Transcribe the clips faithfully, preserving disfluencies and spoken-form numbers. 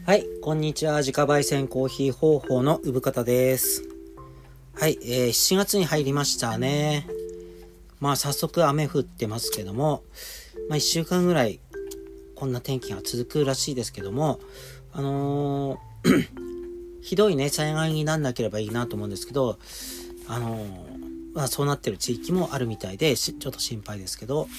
はい、こんにちは。自家焙煎コーヒー方法の産方です。はい、えー、しちがつに入りましたね。まあ早速雨降ってますけども、まあいっしゅうかんぐらいこんな天気が続くらしいですけども、あのー、ひどいね災害になんなければいいなと思うんですけど、あのー、まあそうなってる地域もあるみたいで、ちょっと心配ですけど。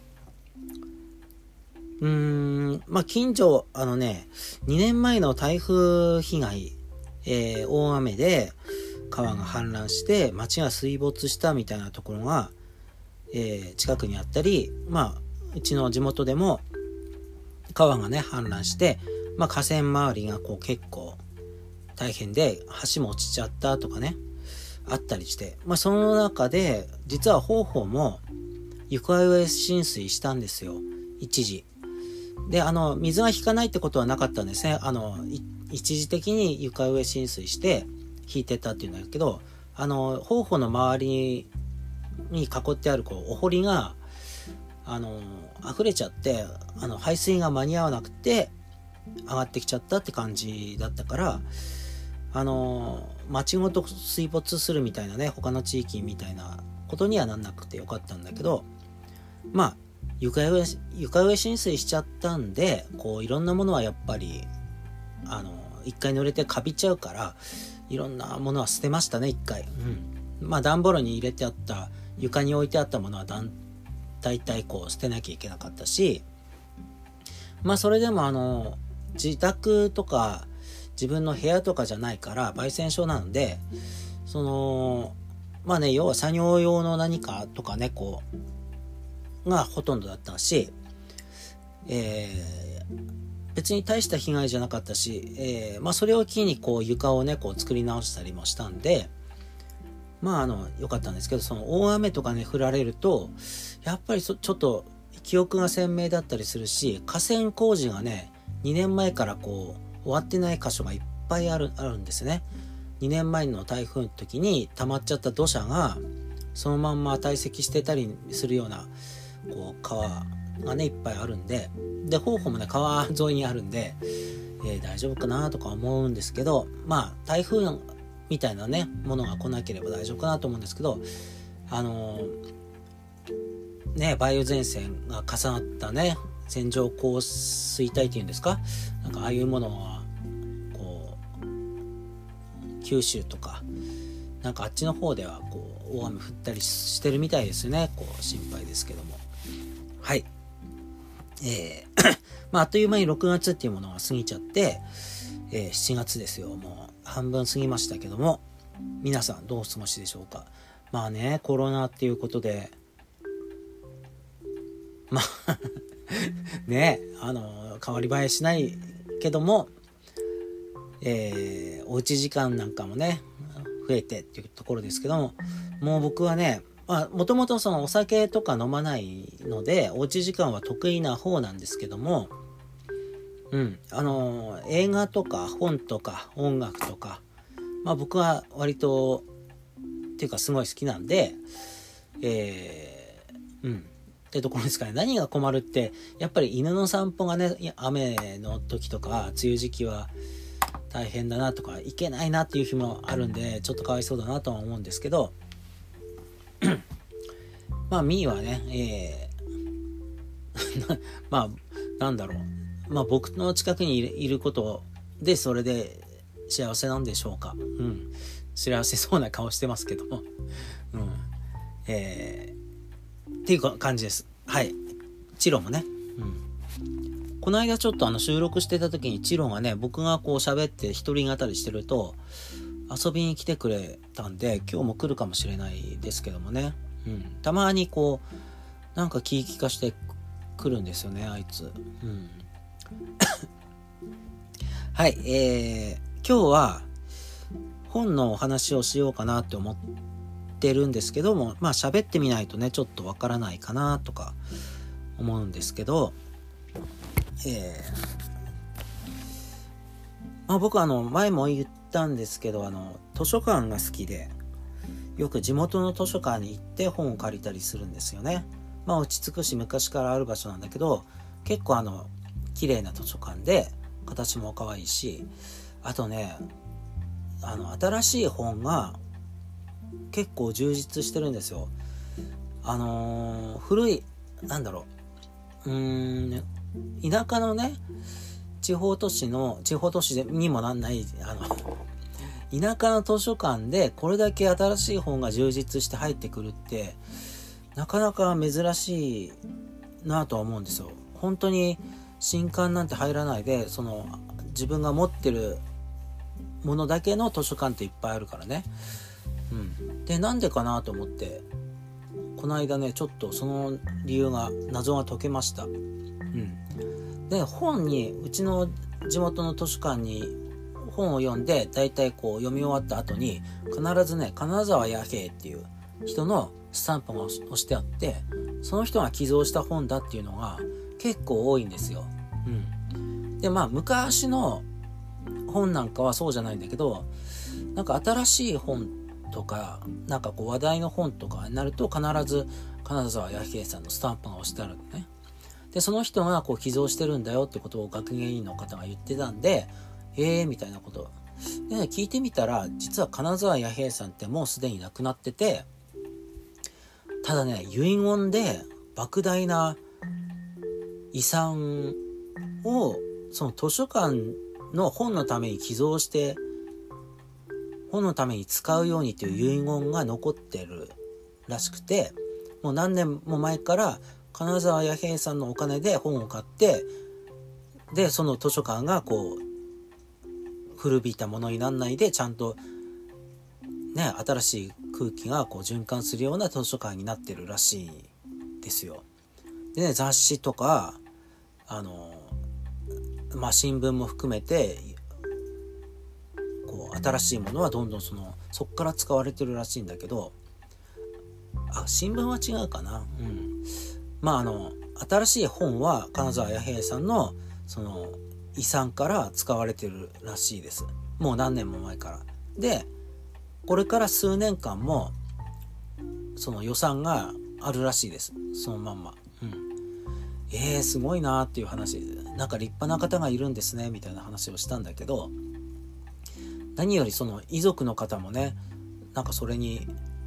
うーん、まあ、近所、あのね、にねんまえの台風被害、えー、大雨で川が氾濫して町が水没したみたいなところが、えー、近くにあったり、まあ、うちの地元でも川がね、氾濫して、まあ、河川周りがこう結構大変で、橋も落ちちゃったとかね、あったりして、まあ、その中で、実は方法も床上浸水したんですよ、一時。で、あの、水が引かないってことはなかったんですね。あの、一時的に床上浸水して引いてたっていうんだけど、あの、方法の周りに囲ってあるこうお堀が、あの、溢れちゃって、あの、排水が間に合わなくて上がってきちゃったって感じだったから、あの、町ごと水没するみたいなね、他の地域みたいなことにはなんなくてよかったんだけど、まあ、床上、床上浸水しちゃったんで、こういろんなものはやっぱり、あの、一回濡れてカビちゃうから、いろんなものは捨てましたね、一回。うん。まあ段ボールに入れてあった、床に置いてあったものはだん、大体こう捨てなきゃいけなかったし、まあそれでもあの、自宅とか自分の部屋とかじゃないから、焙煎所なので、その、まあね、要は作業用の何かとかね、こう、がほとんどだったし、えー、別に大した被害じゃなかったし、えー、まあそれを機にこう床をねこう作り直したりもしたんで、まああの良かったんですけど、その大雨とかね降られるとやっぱりちょっと記憶が鮮明だったりするし、河川工事がねにねんまえからこう終わってない箇所がいっぱいあるあるんですね。にねんまえの台風の時に溜まっちゃった土砂がそのまんま堆積してたりするようなこう川がねいっぱいあるんで、で方法もね川沿いにあるんで、えー、大丈夫かなとか思うんですけど、まあ台風みたいなねものが来なければ大丈夫かなと思うんですけど、あのー、ね梅雨前線が重なったね線状降水帯っていうんですか、なんかああいうものはこう九州とかなんかあっちの方ではこう大雨降ったりしてるみたいですよね。こう心配ですけども、はい、えー、まああっという間にろくがつっていうものが過ぎちゃって、えー、しちがつですよ。もう半分過ぎましたけども、皆さんどうお過ごしでしょうか。まあねコロナっていうことで、まあねあの変わり映えしないけども、えー、おうち時間なんかもね増えてっていうところですけども、もう僕はねまあもともとそのお酒とか飲まないのでおうち時間は得意な方なんですけども、うんあのー、映画とか本とか音楽とか、まあ僕は割とっていうかすごい好きなんで、えー、うんってところですかね。何が困るってやっぱり犬の散歩がね雨の時とか梅雨時期は大変だなとか行けないなっていう日もあるんで、ちょっとかわいそうだなとは思うんですけどまあミーはね、えー、まあなんだろう、まあ僕の近くにいることでそれで幸せなんでしょうか。うん幸せそうな顔してますけどもうんえー、っていう感じです。はい。チロもね、うんこの間ちょっとあの収録してた時にチロがね僕がこう喋って一人語りしてると遊びに来てくれたんで、今日も来るかもしれないですけどもね、うん、たまにこうなんか気利かしてくるんですよねあいつ、うん、はいえー、今日は本のお話をしようかなって思ってるんですけども、まあ喋ってみないとねちょっとわからないかなとか思うんですけど、えーまあ、僕はあの前も言ったんですけど、あの図書館が好きでよく地元の図書館に行って本を借りたりするんですよね。まあ落ち着くし昔からある場所なんだけど、結構あの綺麗な図書館で、 形も可愛いし、あとね、あの新しい本が結構充実してるんですよ。あのー、古いなんだろううーん田舎のね、地方都市の地方都市にもなんないあの田舎の図書館でこれだけ新しい本が充実して入ってくるってなかなか珍しいなとは思うんですよ。本当に新刊なんて入らないで、その自分が持ってるものだけの図書館っていっぱいあるからね。うん。で、なんでかなと思って、この間ね、ちょっとその理由が、謎が解けました。うん。で、本に、うちの地元の図書館に本を読んで、だいたいこう読み終わった後に、必ずね、金沢弥平っていう人のスタンプが押してあって、その人が寄贈した本だっていうのが結構多いんですよ。うん。で、まあ、昔の本なんかはそうじゃないんだけど、なんか新しい本とか、なんかこう話題の本とかになると必ず金沢弥平さんのスタンプが押してあるのね。で、その人がこう寄贈してるんだよってことを学芸員の方が言ってたんで、へーみたいなことで、ね、聞いてみたら、実は金沢弥平さんってもうすでに亡くなってて、ただね、遺言で莫大な遺産をその図書館の本のために寄贈して本のために使うようにという遺言が残ってるらしくて、もう何年も前から金沢弥平さんのお金で本を買って、でその図書館がこう古びたものにならないでちゃんとね、新しい空気がこう循環するような図書館になってるらしいですよ。でね、雑誌とかあのまあ新聞も含めてこう新しいものはどんどんそのそっから使われてるらしいんだけど、あ、新聞は違うかな。うん。まああの新しい本は金沢弥平さんのその遺産から使われてるらしいです。もう何年も前から。で、これから数年間もその予算があるらしいです。そのまんま。うん。えー、すごいなーっていう話。なんか立派な方がいるんですねみたいな話をしたんだけど、何よりその遺族の方もね、なんかそれに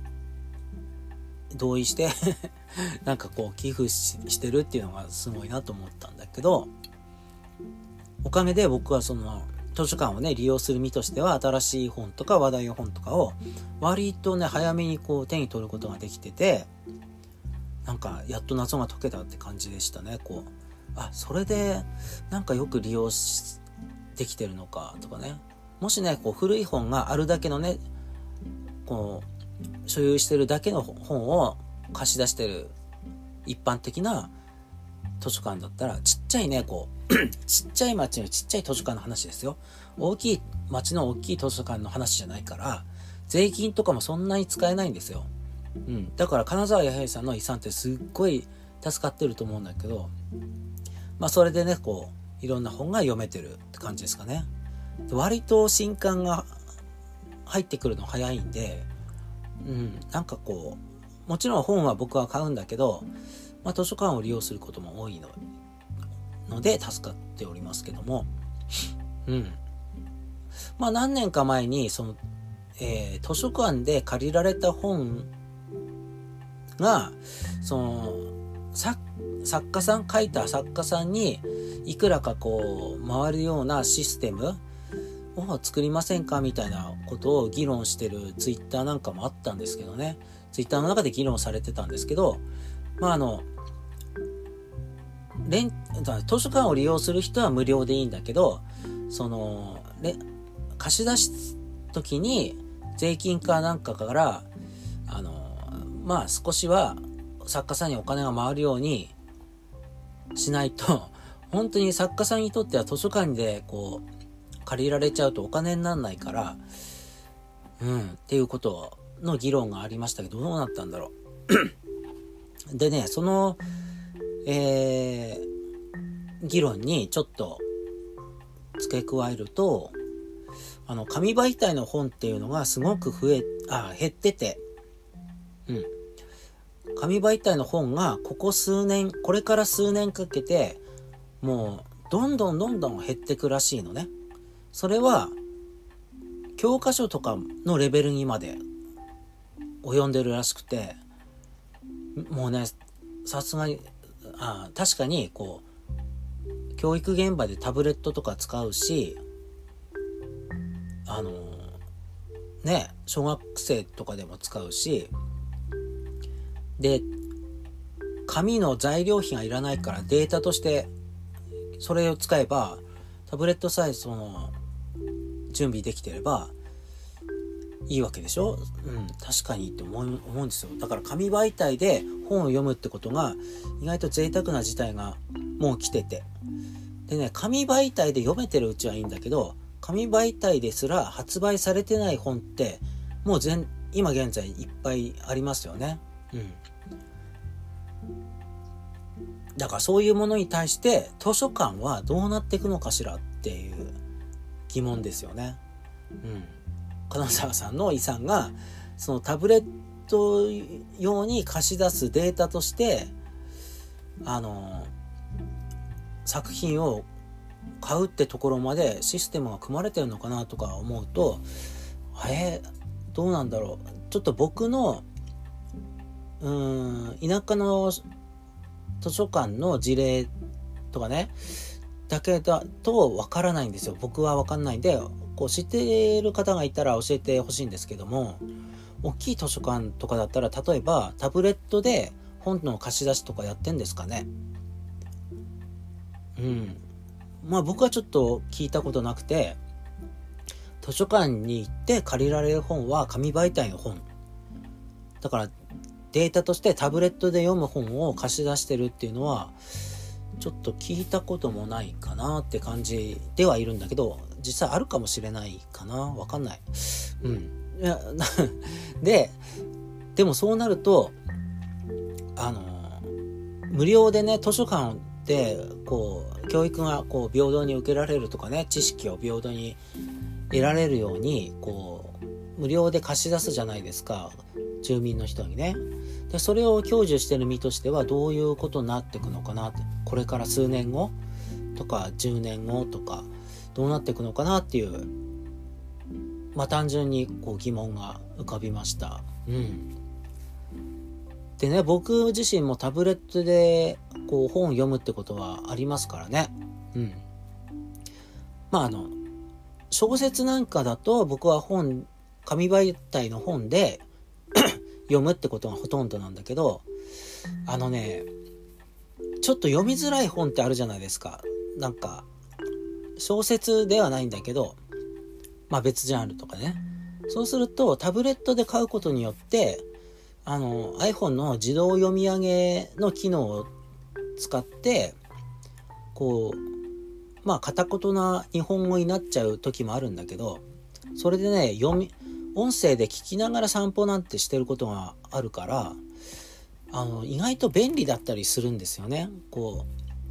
同意してなんかこう寄付 し, してるっていうのがすごいなと思ったんだけど、おかげで僕はその図書館をね利用する身としては、新しい本とか話題の本とかを割とね早めにこう手に取ることができてて、なんかやっと謎が解けたって感じでしたね。こう、あ、それでなんかよく利用しできてるのかとかね。もしねこう古い本があるだけのね、こう所有してるだけの本を貸し出してる一般的な図書館だったら、ちっちゃいねこうちっちゃい町のちっちゃい図書館の話ですよ。大きい町の大きい図書館の話じゃないから、税金とかもそんなに使えないんですよ。うん、だから金沢弥平さんの遺産ってすっごい助かってると思うんだけど、まあそれでねこういろんな本が読めてるって感じですかね。割と新刊が入ってくるの早いんで、うん、なんかこうもちろん本は僕は買うんだけど、まあ、図書館を利用することも多いのので助かっておりますけども、うん、まあ何年か前にその、えー、図書館で借りられた本がその作作家さん書いた作家さんにいくらかこう回るようなシステムを作りませんかみたいなことを議論してるツイッターなんかもあったんですけどね。ツイッターの中で議論されてたんですけど、まああのレン図書館を利用する人は無料でいいんだけど、その貸し出す時に税金かなんかからあのまあ少しは作家さんにお金が回るようにしないと、本当に作家さんにとっては図書館でこう借りられちゃうとお金にならないから、うんっていうことの議論がありましたけど、どうなったんだろうでね、そのえー、議論にちょっと付け加えると、あの紙媒体の本っていうのがすごく増えあ減ってて、うん紙媒体の本がここ数年これから数年かけてもうどんどんどんどん減ってくらしいのね。それは教科書とかのレベルにまで及んでるらしくて、もうね、さすがにあ確かにこう教育現場でタブレットとか使うし、あのね小学生とかでも使うし、で紙の材料費がいらないからデータとしてそれを使えば、タブレットさえその準備できてればいいわけでしょ。うん、確かにって思う、思うんですよ。だから紙媒体で本を読むってことが意外と贅沢な事態がもう来てて、でね、紙媒体で読めてるうちはいいんだけど、紙媒体ですら発売されてない本ってもう全今現在いっぱいありますよね。うん。だからそういうものに対して図書館はどうなっていくのかしらっていう疑問ですよね。うん。金沢さんの遺産がそのタブレット用に貸し出すデータとしてあの作品を買うってところまでシステムが組まれてるのかなとか思うと、えー、どうなんだろう。ちょっと僕のうーん田舎の図書館の事例とかねだけだとわからないんですよ。僕はわかんないんで、こう知っている方がいたら教えてほしいんですけども、大きい図書館とかだったら例えばタブレットで本の貸し出しとかやってんですかね。うん。まあ僕はちょっと聞いたことなくて、図書館に行って借りられる本は紙媒体の本だから、データとしてタブレットで読む本を貸し出してるっていうのはちょっと聞いたこともないかなって感じではいるんだけど、実際あるかもしれないかな、わかんない。うん。いやで、でもそうなるとあの無料でね図書館でこう教育がこう平等に受けられるとかね、知識を平等に得られるようにこう無料で貸し出すじゃないですか、住民の人にね。でそれを享受してる身としてはどういうことになっていくのかなって、これから数年後とかじゅうねんごとかどうなっていくのかなっていう、まあ単純にこう疑問が浮かびました。うん。でね、僕自身もタブレットでこう本を読むってことはありますからね。うん。まああの小説なんかだと僕は本紙媒体の本で読むってことがほとんどなんだけど、あのねちょっと読みづらい本ってあるじゃないですか。なんか小説ではないんだけど、まあ別ジャンルとかね。そうするとタブレットで買うことによってあの iPhone の自動読み上げの機能を使ってこうまあ片言な日本語になっちゃう時もあるんだけど、それでね読み音声で聞きながら散歩なんてしてることがあるから、あの意外と便利だったりするんですよね。こ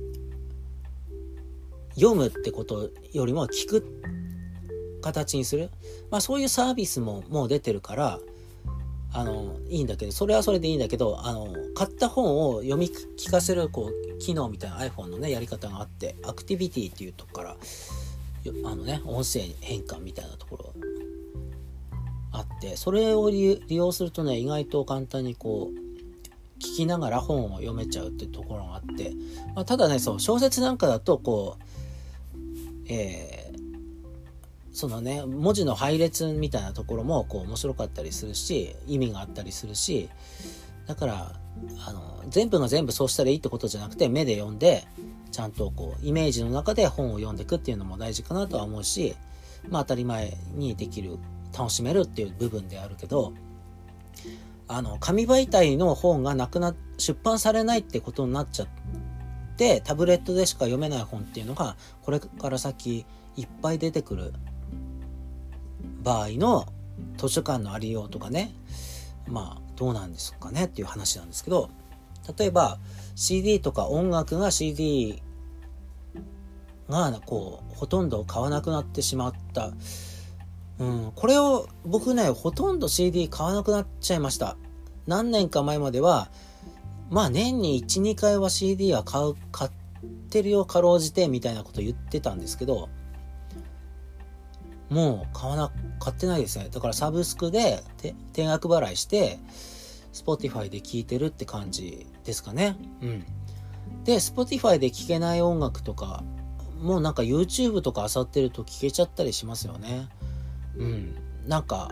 う読むってことよりも聞く形にする、まあそういうサービスももう出てるからあのいいんだけど、それはそれでいいんだけど、あの買った本を読み聞かせるこう機能みたいな iPhone のねやり方があって、アクティビティっていうとこからあのね音声変換みたいなところあって、それを利用するとね意外と簡単にこう聞きながら本を読めちゃうっていうところがあって、まあ、ただねそう小説なんかだとこう、えー、そのね文字の配列みたいなところもこう面白かったりするし、意味があったりするし、だからあの全部が全部そうしたらいいってことじゃなくて、目で読んでちゃんとこうイメージの中で本を読んでいくっていうのも大事かなとは思うし、まあ当たり前にできる楽しめるっていう部分であるけど、あの紙媒体の本がなくな出版されないってことになっちゃって、タブレットでしか読めない本っていうのがこれから先いっぱい出てくる場合の図書館のありようとかね、まあどうなんですかねっていう話なんですけど、例えば シーディー とか音楽が シーディー がこうほとんど買わなくなってしまった。うん、これを僕ねほとんど シーディー 買わなくなっちゃいました。何年か前まではまあ年に いち,に 回は シーディー は買う買っってるよかろうじてみたいなこと言ってたんですけど、もう買わな買ってないですね。だからサブスクで定額払いして Spotify で聴いてるって感じですかね。うん。で Spotify で聴けない音楽とかもうなんか YouTube とか漁ってると聴けちゃったりしますよね。うん。なんか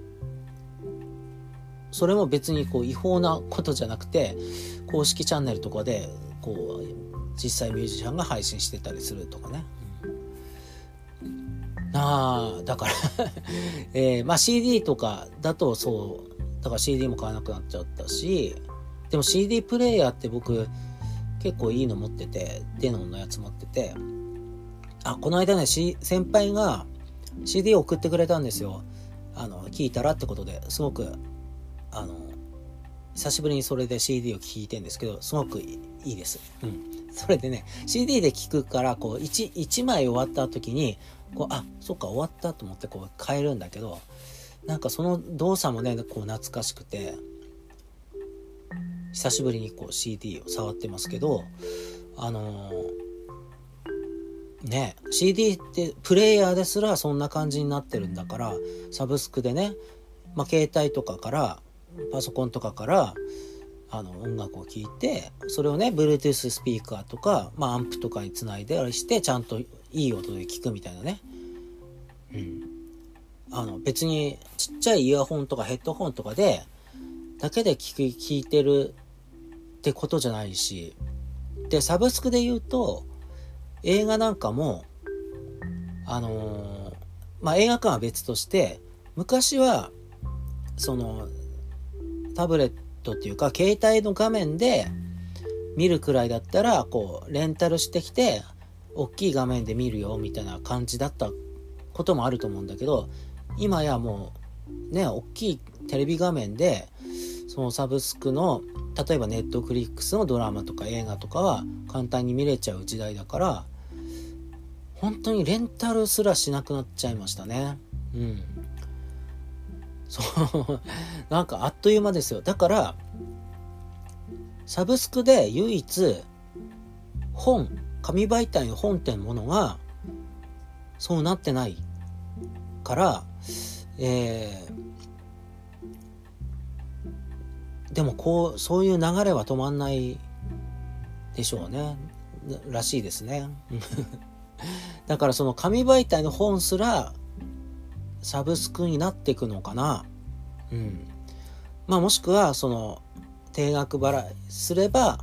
それも別にこう違法なことじゃなくて、公式チャンネルとかでこう実際ミュージシャンが配信してたりするとかね。うん、ああだから、えー、まあ シーディー とかだとそうだから シーディー も買わなくなっちゃったし、でも シーディー プレイヤーって僕結構いいの持ってて、デノンのやつ持ってて、あこの間ね、C、先輩が シーディー を送ってくれたんですよ。あの聞いたらってことで、すごくあの久しぶりにそれで シーディー を聴いてんですけど、すごくいいです。うん。それでね シーディー で聴くからこう 1, 1枚終わった時にこうあそっか終わったと思ってこう変えるんだけど、なんかその動作もねこう懐かしくて久しぶりにこう シーディー を触ってますけど、あのー、ね シーディー ってプレイヤーですらそんな感じになってるんだから、サブスクでね、まあ、携帯とかからパソコンとかからあの音楽を聴いて、それをね Bluetooth スピーカーとか、まあ、アンプとかにつないであれしてちゃんといい音で聴くみたいなね。うん。あの別にちっちゃいイヤホンとかヘッドホンとかでだけで聴く聴いてるってことじゃないし、でサブスクで言うと映画なんかもあのー、まあ映画館は別として、昔はそのタブレットっていうか携帯の画面で見るくらいだったらこうレンタルしてきて大きい画面で見るよみたいな感じだったこともあると思うんだけど、今やもうね大きいテレビ画面でそのサブスクの例えばネットフリックスのドラマとか映画とかは簡単に見れちゃう時代だから、本当にレンタルすらしなくなっちゃいましたね。うん。そうなんかあっという間ですよ。だからサブスクで唯一本紙媒体の本っていうものがそうなってないから、えー、でもこうそういう流れは止まんないでしょうねらしいですねだからその紙媒体の本すらサブスクになっていくのかな。うん。まあもしくはその定額払いすれば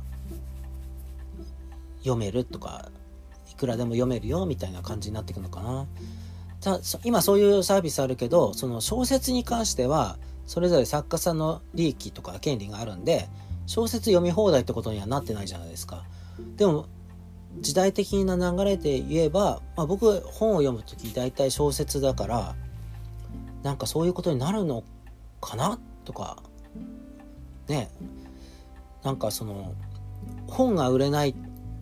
読めるとか、いくらでも読めるよみたいな感じになっていくのかな。た今そういうサービスあるけど、その小説に関してはそれぞれ作家さんの利益とか権利があるんで、小説読み放題ってことにはなってないじゃないですか。でも時代的な流れで言えば、まあ、僕本を読むとき大体小説だから、なんかそういうことになるのかなとかね。なんかその本が売れない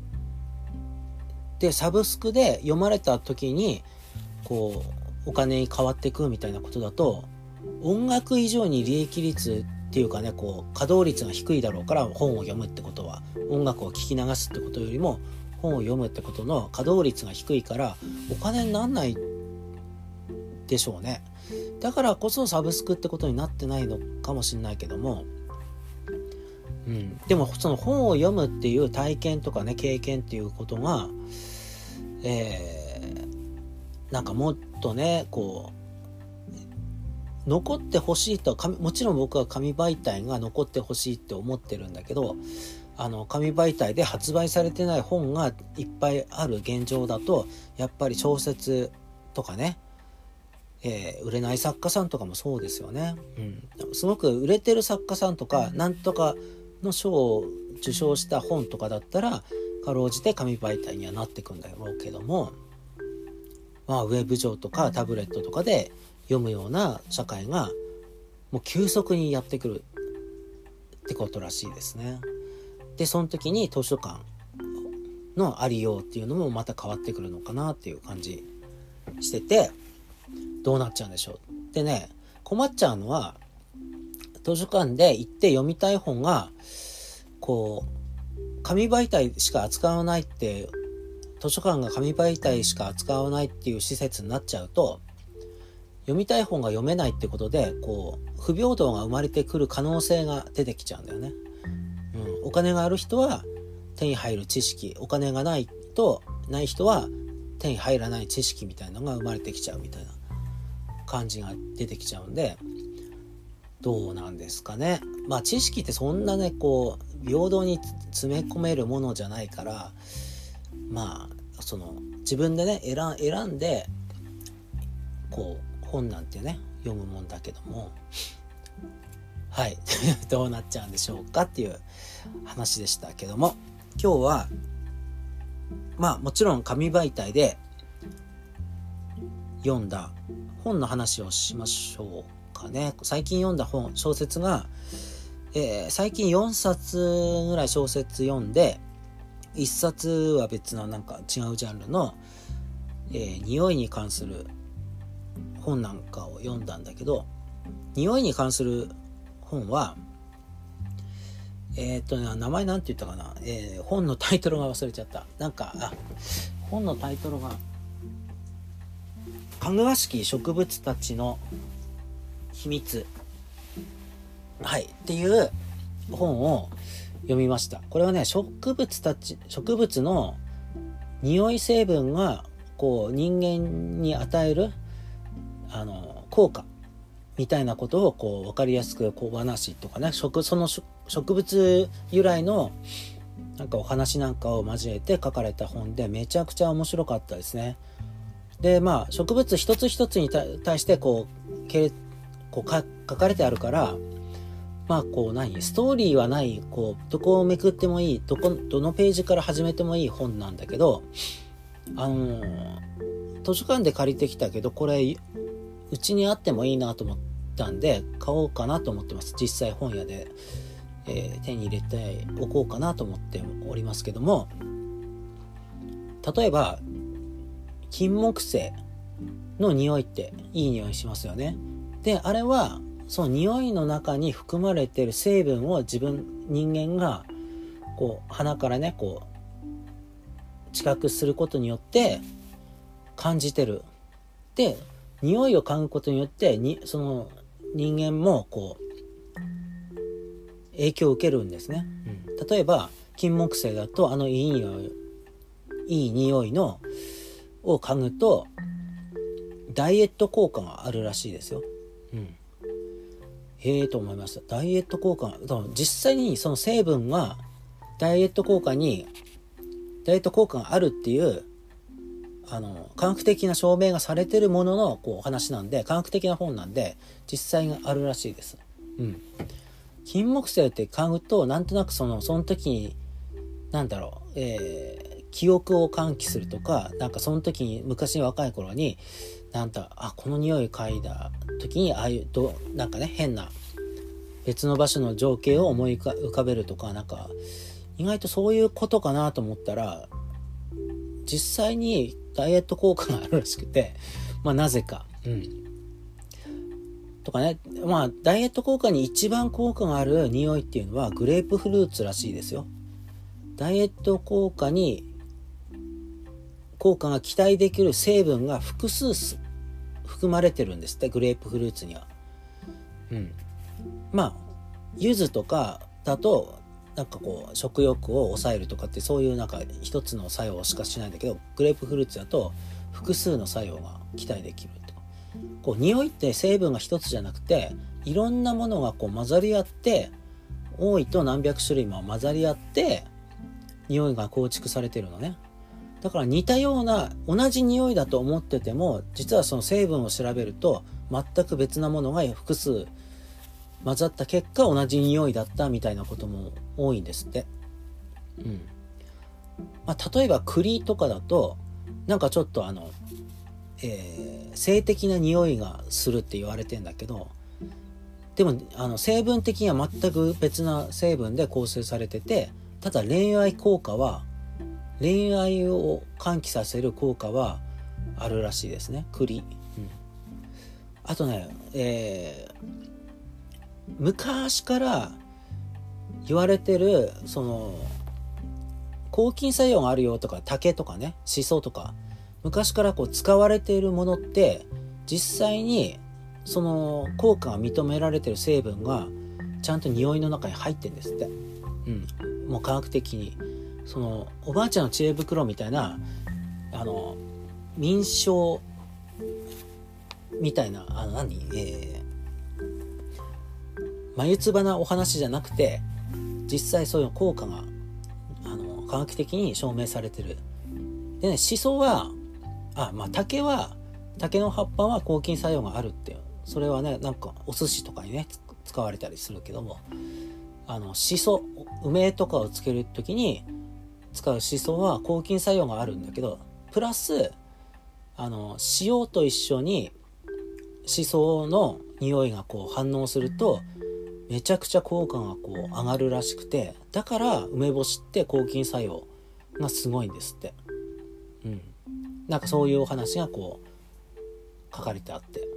でサブスクで読まれた時にこうお金に変わっていくみたいなことだと、音楽以上に利益率っていうかね、こう稼働率が低いだろうから、本を読むってことは音楽を聴き流すってことよりも本を読むってことの稼働率が低いからお金にならないでしょうね。だからこそサブスクってことになってないのかもしれないけども、うん、でもその本を読むっていう体験とかね、経験っていうことが、えー、なんかもっとねこう残ってほしいと、もちろん僕は紙媒体が残ってほしいって思ってるんだけど、あの紙媒体で発売されてない本がいっぱいある現状だと、やっぱり小説とかね、えー、売れない作家さんとかもそうですよね、うん、すごく売れてる作家さんとかなんとかの賞を受賞した本とかだったらかろうじて紙媒体にはなってくんだろうけども、まあウェブ上とかタブレットとかで読むような社会がもう急速にやってくるってことらしいですね。でその時に図書館のありようっていうのもまた変わってくるのかなっていう感じしてて、どうなっちゃうんでしょう。でね、困っちゃうのは図書館で行って読みたい本がこう紙媒体しか扱わないって、図書館が紙媒体しか扱わないっていう施設になっちゃうと、読みたい本が読めないってことで、こう不平等が生まれてくる可能性が出てきちゃうんだよね。うん、お金がある人は手に入る知識、お金がないとない人は手に入らない知識みたいなのが生まれてきちゃうみたいな感じが出てきちゃうんで、どうなんですかね。まあ知識ってそんなね、こう平等に詰め込めるものじゃないから、まあその自分でね選ん、選んでこう本なんてね読むもんだけども、はいどうなっちゃうんでしょうかっていう話でしたけども、今日はまあもちろん紙媒体で読んだ本の話をしましょうかね。最近読んだ本、小説が、えー、最近よんさつぐらい小説読んで、いっさつは別のなんか違うジャンルの、えー、匂いに関する本なんかを読んだんだけど、匂いに関する本はえー、っとね名前なんて言ったかな、えー、本のタイトルが忘れちゃった。なんかあ本のタイトルがかぐわしき植物たちの秘密、はいっていう本を読みました。これはね、植物たち植物の匂い成分がこう人間に与えるあの効果みたいなことをこう分かりやすく小話とかね、植その植物由来のなんかお話なんかを交えて書かれた本で、めちゃくちゃ面白かったですね。でまあ植物一つ一つに対してこうけこうか書かれてあるから、まあこう何ストーリーはない、こうどこをめくってもいい、どこどのページから始めてもいい本なんだけど、あのー、図書館で借りてきたけど、これうちにあってもいいなと思ったんで買おうかなと思ってます。実際本屋で、えー、手に入れておこうかなと思っておりますけども、例えば金木犀の匂いっていい匂いしますよね。であれはその匂いの中に含まれている成分を自分人間がこう鼻からねこう知覚することによって感じてる。で匂いを嗅ぐことによってにその人間もこう影響を受けるんですね、うん、例えば金木犀だとあのいい匂いいい匂いのを嗅ぐとダイエット効果があるらしいですよ、うん、へえと思いました。ダイエット効果が実際にその成分がダイエット効果にダイエット効果があるっていうあの科学的な証明がされてるもののこうお話なんで、科学的な本なんで実際があるらしいです、うん、金木犀って嗅ぐとなんとなくそのその時になんだろう、えー、記憶を喚起するとか、なんかその時に昔若い頃になんだあこの匂い嗅いだ時にああいうどなんかね変な別の場所の情景を思い浮かべるとか、なんか意外とそういうことかなと思ったら実際にダイエット効果があるらしくて、まあなぜか、うん。とかね、まあダイエット効果に一番効果がある匂いっていうのはグレープフルーツらしいですよ。ダイエット効果に効果が期待できる成分が複数含まれてるんですって、グレープフルーツには。うん。まあ柚子とかだとなんかこう食欲を抑えるとかってそういうなんか一つの作用しかしないんだけど、グレープフルーツだと複数の作用が期待できると。こう匂いって成分が一つじゃなくていろんなものがこう混ざり合って、多いと何百種類も混ざり合って匂いが構築されてるのね。だから似たような同じ匂いだと思ってても、実はその成分を調べると全く別なものが複数混ざった結果同じ匂いだったみたいなことも多いんですって、うんまあ、例えば栗とかだとなんかちょっとあの、えー、性的な匂いがするって言われてんだけど、でもあの成分的には全く別な成分で構成されてて、ただ恋愛効果は恋愛を喚起させる効果はあるらしいですね、栗、うん、あとね、えー昔から言われてるその抗菌作用があるよとか、竹とかね、シソとか、昔からこう使われているものって、実際にその効果が認められている成分がちゃんと匂いの中に入ってるんですって。うん。もう科学的に。そのおばあちゃんの知恵袋みたいな、あの、民商みたいな、あの何、えー、眉唾なお話じゃなくて、実際そういう効果があの科学的に証明されてる。でね、シソは、あ、まあ竹は、竹の葉っぱは抗菌作用があるっていう。それはね、なんかお寿司とかにね、使われたりするけども、あの、シソ、梅とかをつけるときに使うシソは抗菌作用があるんだけど、プラス、あの、塩と一緒にシソの匂いがこう反応すると、めちゃくちゃ効果がこう上がるらしくて、だから梅干しって抗菌作用がすごいんですって。うん。なんかそういうお話がこう書かれてあって、うん、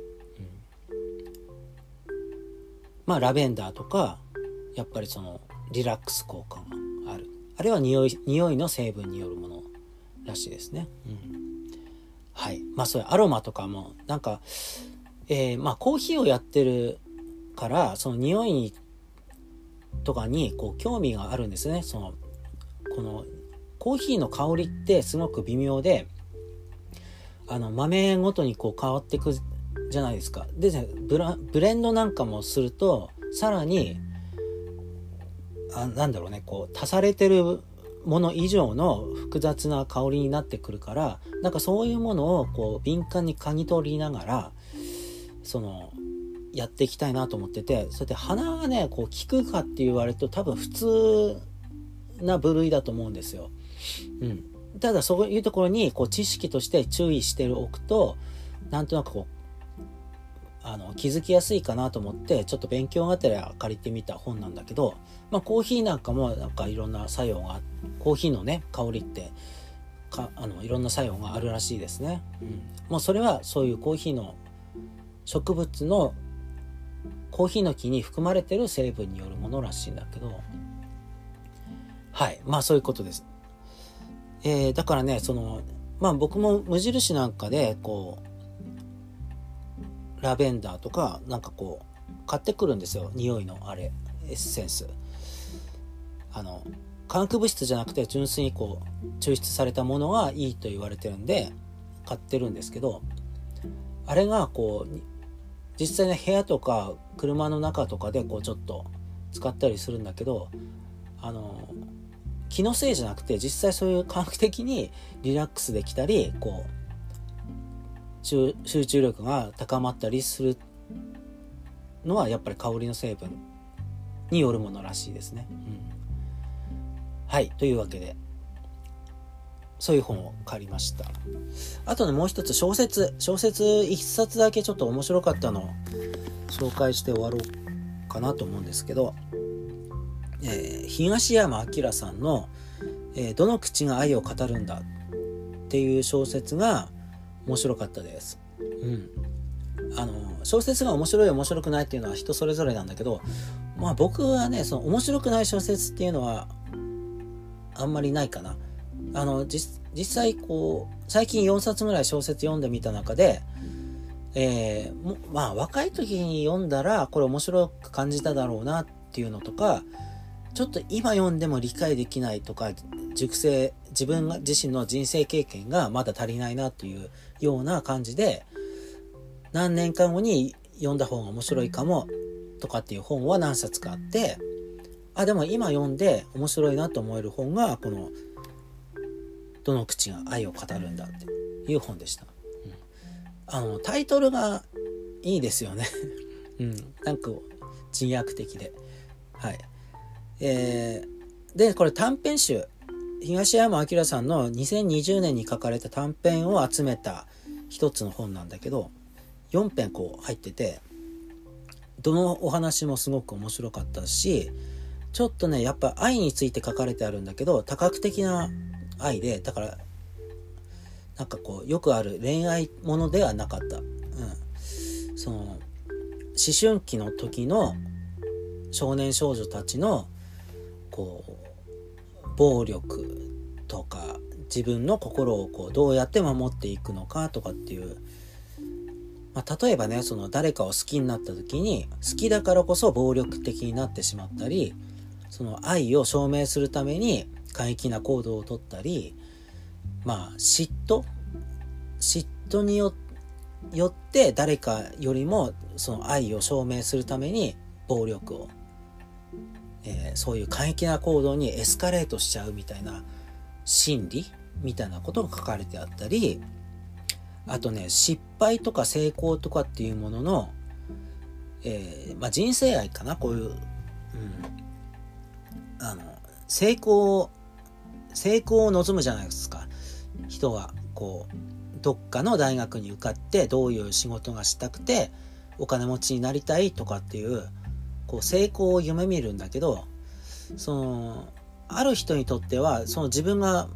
まあラベンダーとかやっぱりそのリラックス効果がある、あるいは匂い匂いの成分によるものらしいですね。うん、はい。まあそういうアロマとかもなんか、えー、まあコーヒーをやってるからその匂いとかにこう興味があるんですね。そのこのコーヒーの香りってすごく微妙で、あの豆ごとにこう変わっていくじゃないですか。でね、ブラブレンドなんかもするとさらにあなんだろうね、こう足されてるもの以上の複雑な香りになってくるから、なんかそういうものをこう敏感に嗅ぎ取りながらそのやっていきたいなと思ってて、それで鼻がねこう効くかって言われると多分普通な部類だと思うんですよ。うん。ただそういうところにこう知識として注意しておくと、なんとなくこうあの気づきやすいかなと思ってちょっと勉強がてら借りてみた本なんだけど、まあコーヒーなんかもなんかいろんな作用が、コーヒーのね香りってかあのいろんな作用があるらしいですね。うん。もうそれはそういうコーヒーの植物のコーヒーの木に含まれてる成分によるものらしいんだけど、はい、まあそういうことです。えー、だからね、そのまあ僕も無印なんかでこうラベンダーとかなんかこう買ってくるんですよ。匂いのあれエッセンス、あの化学物質じゃなくて純粋にこう抽出されたものがいいと言われてるんで買ってるんですけど、あれがこう実際の部屋とか車の中とかでこうちょっと使ったりするんだけど、あの気のせいじゃなくて実際そういう科学的にリラックスできたりこう集中力が高まったりするのはやっぱり香りの成分によるものらしいですね。うん、はい、というわけでそういう本を借りました。あとね、もう一つ小説小説一冊だけちょっと面白かったのを紹介して終わろうかなと思うんですけど、えー、東山明さんの、えー、どの口が愛を語るんだっていう小説が面白かったです。うん。あの小説が面白い面白くないっていうのは人それぞれなんだけど、まあ僕はねその面白くない小説っていうのはあんまりないかな。あの実際こう最近よんさつぐらい小説読んでみた中で、えー、もまあ若い時に読んだらこれ面白く感じただろうなっていうのとか、ちょっと今読んでも理解できないとか、熟成自分が自身の人生経験がまだ足りないなというような感じで、何年間後に読んだ方が面白いかもとかっていう本は何冊かあって、あでも今読んで面白いなと思える本がこのどの口が愛を語るんだっていう本でした。うん、あのタイトルがいいですよね。うん、なんか自虐的で、はい。えー、でこれ短編集、東山明さんのにせんにじゅうねんに書かれた短編を集めた一つの本なんだけど、よんぺんこう入ってて、どのお話もすごく面白かったし、ちょっとねやっぱ愛について書かれてあるんだけど多角的な愛で、だからなんかこうよくある恋愛ものではなかった。うん、その思春期の時の少年少女たちのこう暴力とか、自分の心をこうどうやって守っていくのかとかっていう、まあ、例えばね、その誰かを好きになった時に、好きだからこそ暴力的になってしまったり、その愛を証明するために過激な行動をとったり、まあ嫉妬嫉妬によって誰かよりもその愛を証明するために暴力を、えー、そういう過激な行動にエスカレートしちゃうみたいな心理みたいなことが書かれてあったり、あとね、失敗とか成功とかっていうものの、えーまあ、人生愛かな、こういう、うん、あの成功成功を望むじゃないですか、人は。こうどっかの大学に受かってどういう仕事がしたくてお金持ちになりたいとかっていう、こう成功を夢見るんだけど、そのある人にとってはその自分が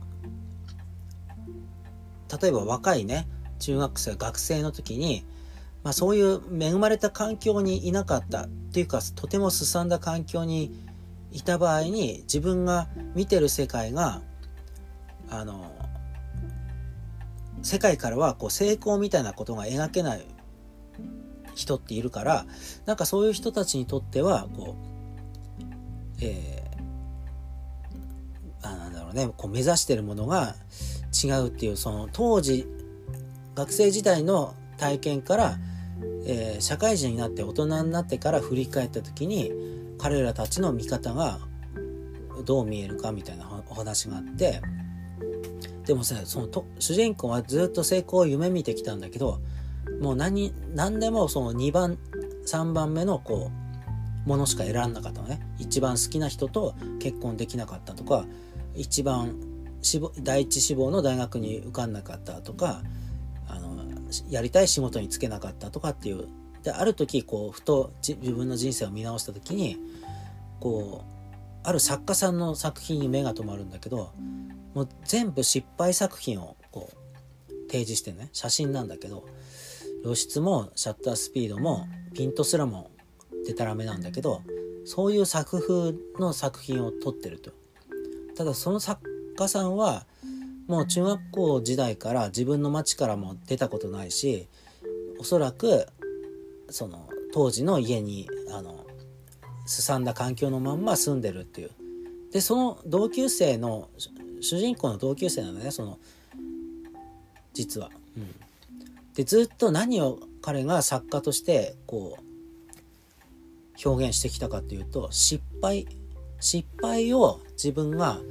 例えば若いね中学生学生の時に、まあ、そういう恵まれた環境にいなかったっていうか、とてもすさんだ環境にいた場合に、自分が見てる世界があの世界からはこう成功みたいなことが描けない人っているから、なんかそういう人たちにとってはこう、えー、あなんだろうね、こう目指してるものが違うっていう、その当時学生時代の体験から、えー、社会人になって大人になってから振り返った時に、彼らたちの見方がどう見えるかみたいなお話があって、でもさ、そのと主人公はずっと成功を夢見てきたんだけど、もう何何でもそのにばんさんばんめのこうものしか選んなかったのね。一番好きな人と結婚できなかったとか、一番志望第一志望の大学に受かんなかったとか、あのやりたい仕事に就けなかったとかっていう。である時こうふと自分の人生を見直した時に、こうある作家さんの作品に目が留まるんだけど、もう全部失敗作品をこう提示してね、写真なんだけど、露出もシャッタースピードもピントすらもデタラメなんだけど、そういう作風の作品を撮ってると。ただその作家さんはもう中学校時代から自分の町からも出たことないし、おそらくその当時の家にあのすさんだ環境のまんま住んでるっていう。でその同級生の主人公の同級生なんだね、その実は、うん、でずっと何を彼が作家としてこう表現してきたかっていうと、失敗失敗を自分が、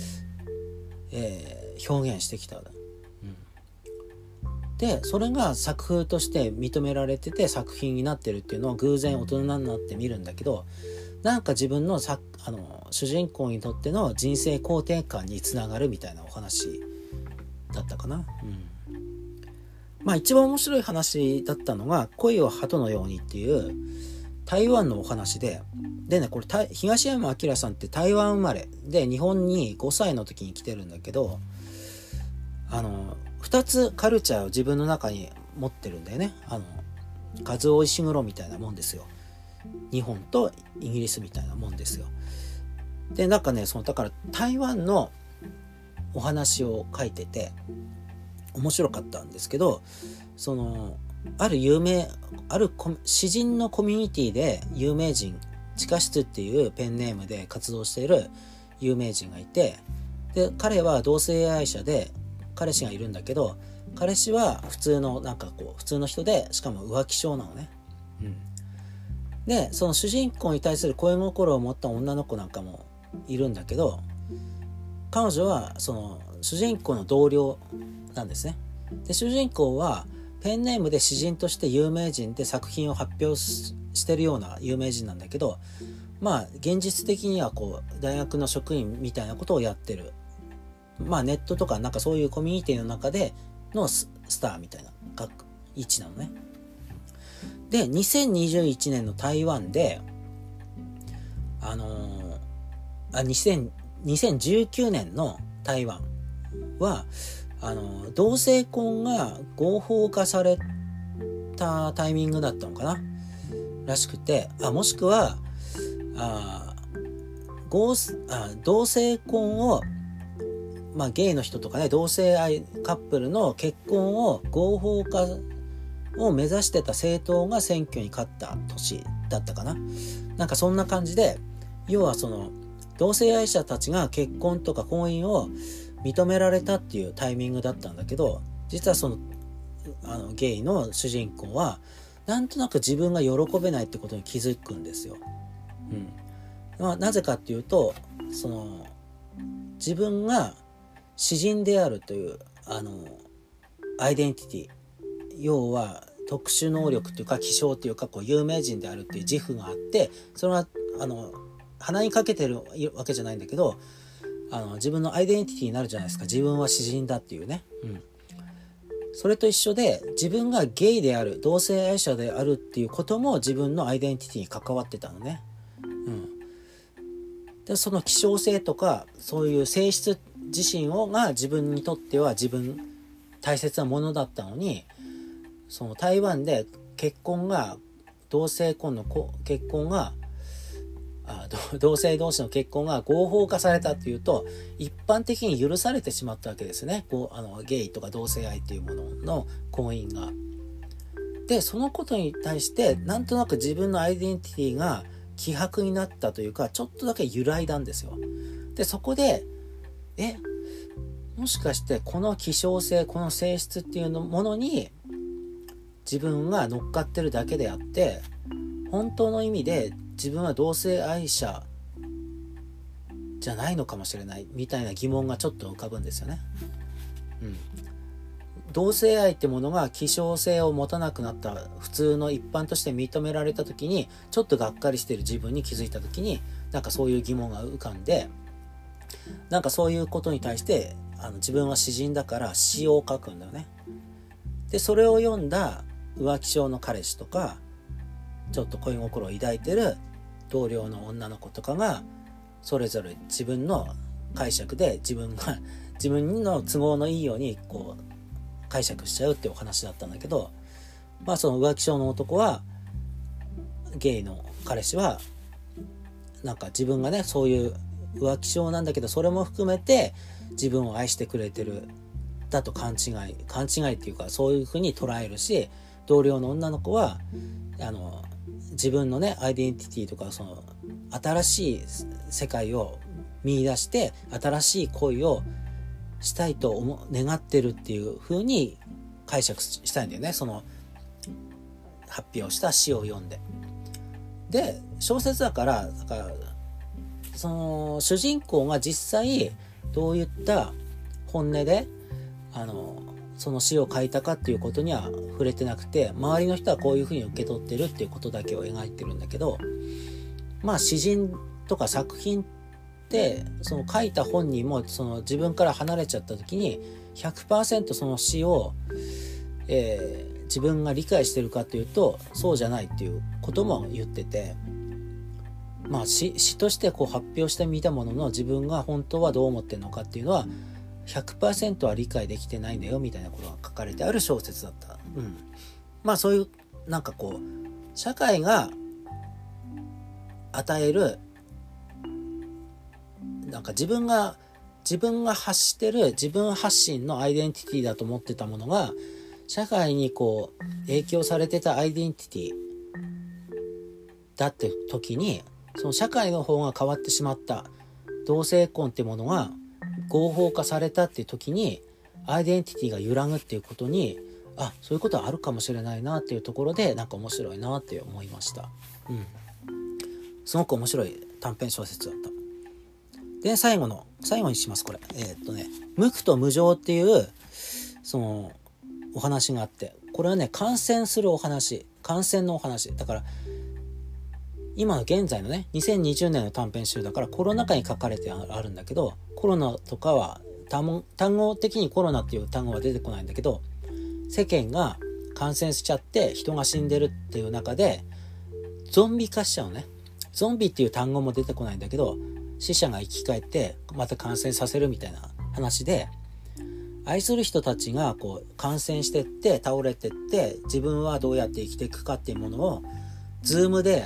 えー、表現してきた、うん、でそれが作風として認められてて作品になってるっていうのを偶然大人になって見るんだけど、なんか自分のさあの主人公にとっての人生肯定感につながるみたいなお話だったかな、うん、まあ一番面白い話だったのが恋を鳩のようにっていう台湾のお話で、でねこれ東山明さんって台湾生まれで日本にごさいの時に来てるんだけど、あのふたつカルチャーを自分の中に持ってるんだよね。あのカズオ石黒みたいなもんですよ。日本とイギリスみたいなもんですよ。でなんかねそのだから台湾のお話を書いてて面白かったんですけど、そのある有名ある詩人のコミュニティで有名人、地下室っていうペンネームで活動している有名人がいて、で彼は同性愛者で彼氏がいるんだけど、彼氏は普通のなんかこう普通の人で、しかも浮気症なのね、うん、でその主人公に対する恋心を持った女の子なんかもいるんだけど、彼女はその主人公の同僚なんですね。で主人公はペンネームで詩人として有名人で作品を発表 し, してるような有名人なんだけど、まあ現実的にはこう大学の職員みたいなことをやってる、まあネットとかなんかそういうコミュニティの中での ス, スターみたいな位置なのね。でにせんにじゅういちねんの台湾であのー、あにせんじゅうきゅうねんの台湾はあの同性婚が合法化されたタイミングだったのかならしくて、あもしくはあ合あ同性婚をまあゲイの人とかね、同性愛カップルの結婚を合法化を目指してた政党が選挙に勝った年だったかな。なんかそんな感じで、要はその同性愛者たちが結婚とか婚姻を認められたっていうタイミングだったんだけど、実はそのあのゲイの主人公はなんとなく自分が喜べないってことに気づくんですよ。うんまあ、なぜかっていうと、その自分が詩人であるというあのアイデンティティ、要は特殊能力というか希少というかこう有名人であるっていう自負があって、それはあの鼻にかけてるわけじゃないんだけど、あの自分のアイデンティティになるじゃないですか。自分は詩人だっていうね、うん、それと一緒で、自分がゲイである、同性愛者であるっていうことも自分のアイデンティティに関わってたのね、うん、でその希少性とかそういう性質自身をが自分にとっては自分大切なものだったのに、その台湾で結婚が同性婚の結婚があ同性同士の結婚が合法化されたっていうと、一般的に許されてしまったわけですね。こうあのゲイとか同性愛っていうものの婚姻が。でそのことに対してなんとなく自分のアイデンティティが希薄になったというか、ちょっとだけ揺らいだんですよ。でそこでえもしかしてこの希少性、この性質っていうものに自分が乗っかってるだけであって、本当の意味で自分は同性愛者じゃないのかもしれないみたいな疑問がちょっと浮かぶんですよね、うん、同性愛ってものが希少性を持たなくなった、普通の一般として認められた時にちょっとがっかりしてる自分に気づいた時に、なんかそういう疑問が浮かんで、なんかそういうことに対してあの自分は詩人だから詩を書くんだよね。でそれを読んだ浮気症の彼氏とかちょっと恋心を抱いてる同僚の女の子とかがそれぞれ自分の解釈で自分が自分の都合のいいようにこう解釈しちゃうっていうお話だったんだけど、まあその浮気症の男はゲイの彼氏はなんか自分がねそういう浮気症なんだけど、それも含めて自分を愛してくれてるだと勘違い勘違いっていうかそういう風に捉えるし、同僚の女の子はあの自分のねアイデンティティとかその新しい世界を見出して新しい恋をしたいと思願ってるっていう風に解釈したいんだよね、その発表した詩を読んで。で小説だからだからその主人公が実際どういった本音であのその詩を書いたかっていうことには触れてなくて、周りの人はこういうふうに受け取ってるっていうことだけを描いてるんだけど、まあ詩人とか作品ってその書いた本人もその自分から離れちゃった時に ひゃくパーセント その詩を、えー、自分が理解してるかというとそうじゃないっていうことも言ってて、まあ詩、詩としてこう発表してみたものの自分が本当はどう思ってるのかっていうのは ひゃくパーセント は理解できてないんだよみたいなことが書かれてある小説だった、うん、まあそういうなんかこう社会が与えるなんか自分が自分が発してる自分発信のアイデンティティだと思ってたものが社会にこう影響されてたアイデンティティだって時に、その社会の方が変わってしまった、同性婚ってものが合法化されたっていう時にアイデンティティが揺らぐっていうことに、あ、そういうことはあるかもしれないなっていうところでなんか面白いなって思いました。うん、すごく面白い短編小説だった。で最後の最後にします。これえー、っとね無垢と無常っていうそのお話があって、これはね感染するお話、感染のお話だから、今の現在のねにせんにじゅうねんの短編集だからコロナ禍に書かれてあるんだけど、コロナとかは単語的にコロナっていう単語は出てこないんだけど、世間が感染しちゃって人が死んでるっていう中でゾンビ化しちゃうね。ゾンビっていう単語も出てこないんだけど、死者が生き返ってまた感染させるみたいな話で、愛する人たちがこう感染してって倒れてって、自分はどうやって生きていくかっていうものをズームで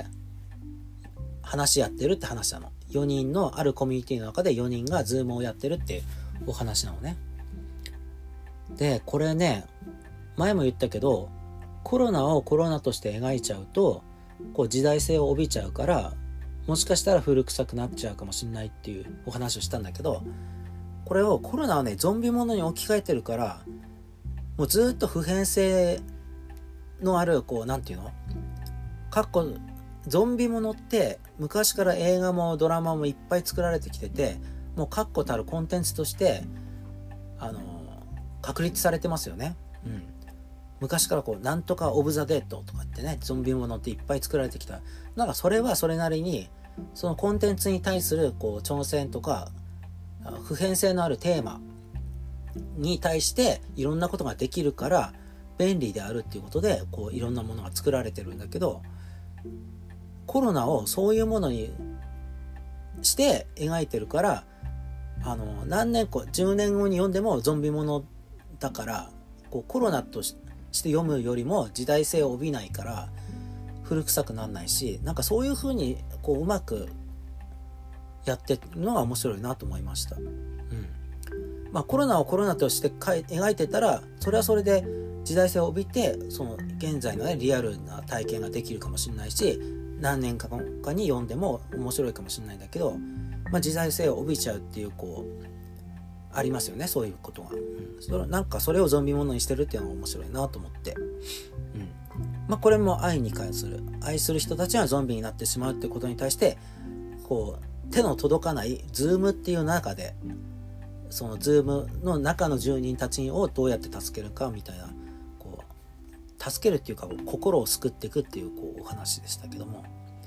話し合ってるって話なの。よにんのあるコミュニティの中でよにんがズームをやってるっていうお話なのね。で、これね、前も言ったけど、コロナをコロナとして描いちゃうと、こう時代性を帯びちゃうから、もしかしたら古臭くなっちゃうかもしれないっていうお話をしたんだけど、これをコロナをね、ゾンビものに置き換えてるから、もうずっと普遍性のある、こう、なんていうの？かっこ、ゾンビものって昔から映画もドラマもいっぱい作られてきてて、もう確固たるコンテンツとして、あの、確立されてますよね。うん。昔からこう、なんとかオブザ・デッドとかってね、ゾンビものっていっぱい作られてきた。なんかそれはそれなりに、そのコンテンツに対するこう挑戦とか、普遍性のあるテーマに対していろんなことができるから便利であるっていうことで、こういろんなものが作られてるんだけど、コロナをそういうものにして描いてるから、あの何年かじゅうねんごに読んでもゾンビものだから、こうコロナとして読むよりも時代性を帯びないから古臭くならないし、なんかそういう風にこううまくやってるのが面白いなと思いました。うん。まあコロナをコロナとして描いてたら、それはそれで時代性を帯びて、その現在のねリアルな体験ができるかもしれないし、何年かかに読んでも面白いかもしれないんだけど、まあ時代性を帯びちゃうっていうこうありますよね、そういうことが。うん、それなんかそれをゾンビものにしてるっていうのが面白いなと思って。うん。まあこれも愛に関する、愛する人たちがゾンビになってしまうってことに対して、こう手の届かないズームっていう中で、そのズームの中の住人たちをどうやって助けるかみたいな、こう助けるっていうか心を救っていくっていうこうお話でしたけども、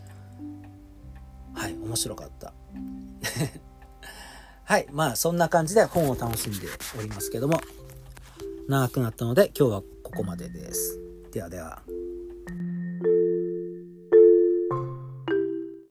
はい、面白かったはい、まあそんな感じで本を楽しんでおりますけども、長くなったので今日はここまでです。ではでは。